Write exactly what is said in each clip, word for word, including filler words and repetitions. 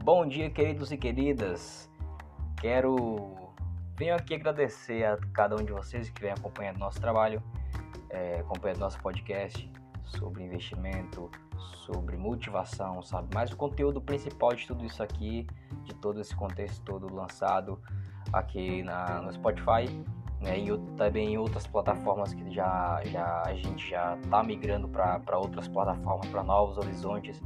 Bom dia, queridos e queridas. Quero venho aqui agradecer a cada um de vocês que vem acompanhando nosso trabalho, é, acompanhando nosso podcast sobre investimento, sobre motivação, sabe? Mas o conteúdo principal de tudo isso aqui, de todo esse contexto todo lançado aqui na, no Spotify, né? E também em outras plataformas que já, já a gente já está migrando para outras plataformas, para novos horizontes.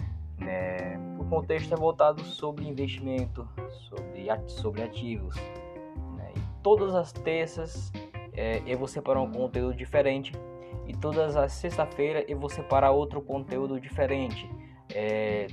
Né? O contexto é voltado sobre investimento, sobre, sobre ativos, né? E todas as terças é, eu vou separar um conteúdo diferente, e todas as sexta-feiras eu vou separar outro conteúdo diferente, é,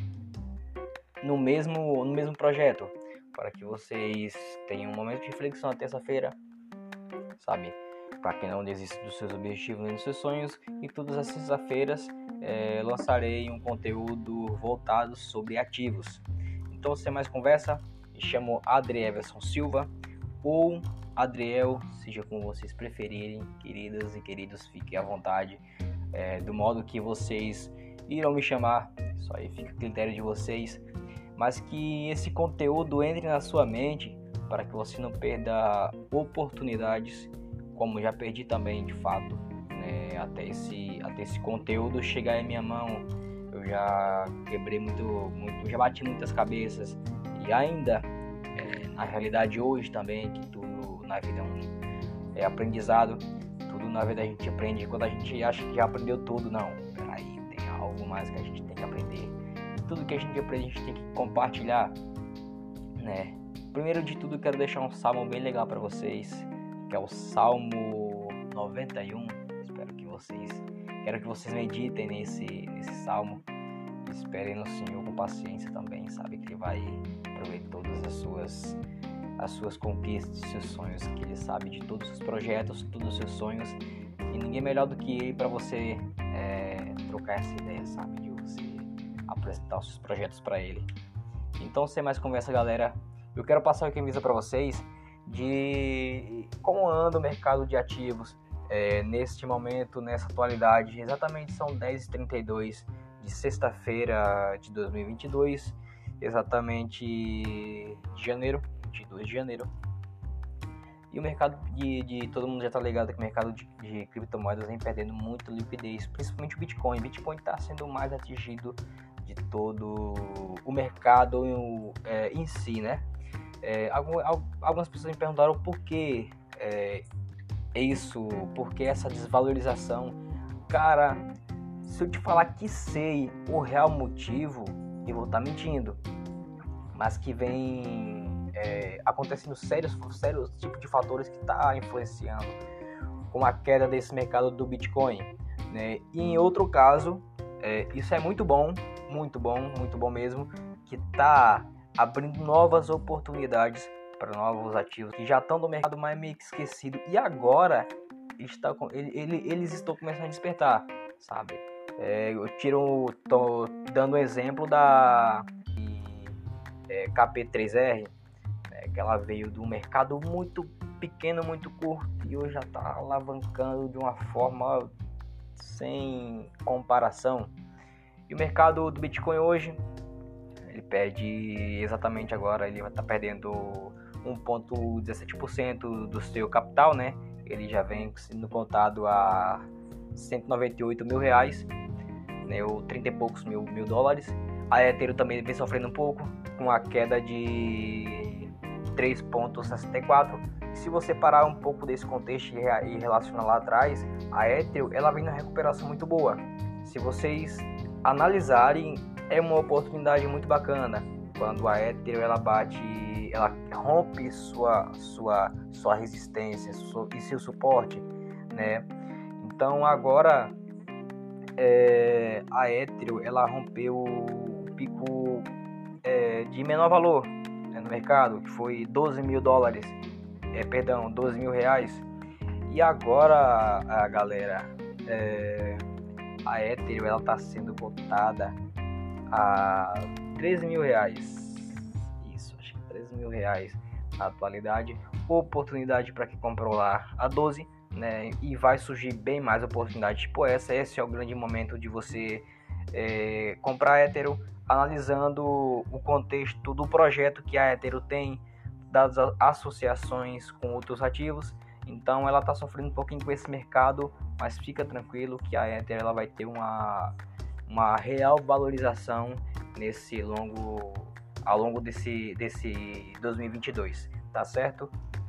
no, mesmo, no mesmo projeto, para que vocês tenham um momento de reflexão na terça-feira, sabe? Para que não desista dos seus objetivos nem dos seus sonhos. E todas as sextas-feiras é, lançarei um conteúdo voltado sobre ativos. Então, sem mais conversa, me chamo Adrieverson Silva ou Adriel, seja como vocês preferirem. Queridas e queridos, fiquem à vontade, é, do modo que vocês irão me chamar. Isso aí fica a critério de vocês. Mas que esse conteúdo entre na sua mente, para que você não perda oportunidades, como já perdi também, de fato, né? até, esse, até esse conteúdo chegar em minha mão. Eu já quebrei muito, muito, já bati muitas cabeças, e ainda, é, na realidade hoje também, que tudo na vida é um é aprendizado, tudo na vida a gente aprende. Quando a gente acha que já aprendeu tudo, não, peraí, tem algo mais que a gente tem que aprender. Tudo que a gente aprende, a gente tem que compartilhar, né? Primeiro de tudo, quero deixar um salmo bem legal para vocês, que é o Salmo noventa e um. Espero que vocês, quero que vocês meditem nesse, nesse salmo. Esperem no Senhor com paciência também, sabe? Que Ele vai prover todas as suas, as suas conquistas, seus sonhos, que Ele sabe de todos os seus projetos, todos os seus sonhos. E ninguém melhor do que Ele para você é, trocar essa ideia, sabe? De você apresentar os seus projetos para Ele. Então, sem mais conversa, galera, eu quero passar aqui em vista para vocês de como anda o mercado de ativos é, neste momento, nessa atualidade. Exatamente são dez e trinta e dois de sexta-feira de dois mil e vinte e dois, exatamente de janeiro, vinte e dois de janeiro. E o mercado de, de todo mundo já está ligado que o mercado de, de criptomoedas vem perdendo muito liquidez, principalmente o Bitcoin. O Bitcoin está sendo o mais atingido de todo o mercado é, em si, né? É, algumas pessoas me perguntaram por que é, isso, por que essa desvalorização. Cara, se eu te falar que sei o real motivo, eu vou estar mentindo. Mas que vem é, acontecendo sérios, sérios tipos de fatores que estão tá influenciando com a queda desse mercado do Bitcoin, né? E em outro caso, é, isso é muito bom, muito bom, muito bom mesmo, que está abrindo novas oportunidades para novos ativos que já estão no mercado, mais meio que esquecido, e agora está, ele, ele, eles estão começando a despertar, sabe? É, eu tiro, tô dando um exemplo da é, K P três R, né, que ela veio de um mercado muito pequeno, muito curto, e hoje já está alavancando de uma forma sem comparação. E o mercado do Bitcoin hoje, ele perde exatamente agora, ele vai estar perdendo um vírgula dezessete por cento do seu capital, né? Ele já vem sendo contado a cento e noventa e oito mil reais, né? Ou trinta e poucos mil, mil dólares. A Ethereum também vem sofrendo um pouco, com a queda de três vírgula sessenta e quatro. E se você parar um pouco desse contexto e relacionar lá atrás, a Ethereum, ela vem numa recuperação muito boa. Se vocês analisarem, é uma oportunidade muito bacana quando a Ethereum ela bate, ela rompe sua, sua, sua resistência sua, e seu suporte, né? Então agora é, a Ethereum ela rompeu o pico é, de menor valor, né, no mercado, que foi doze mil dólares, é, perdão, doze mil reais. E agora, a galera, é, a Ethereum ela está sendo cotada a treze mil reais, isso, acho que treze mil reais na atualidade. Oportunidade para quem comprou lá a doze, né? E vai surgir bem mais oportunidades tipo essa. Esse é o grande momento de você é, comprar Ethereum analisando o contexto do projeto que a Ethereum tem, das associações com outros ativos. Então ela está sofrendo um pouquinho com esse mercado, mas fica tranquilo que a Ether ela vai ter uma, uma real valorização nesse longo, ao longo desse, desse dois mil e vinte e dois, tá certo?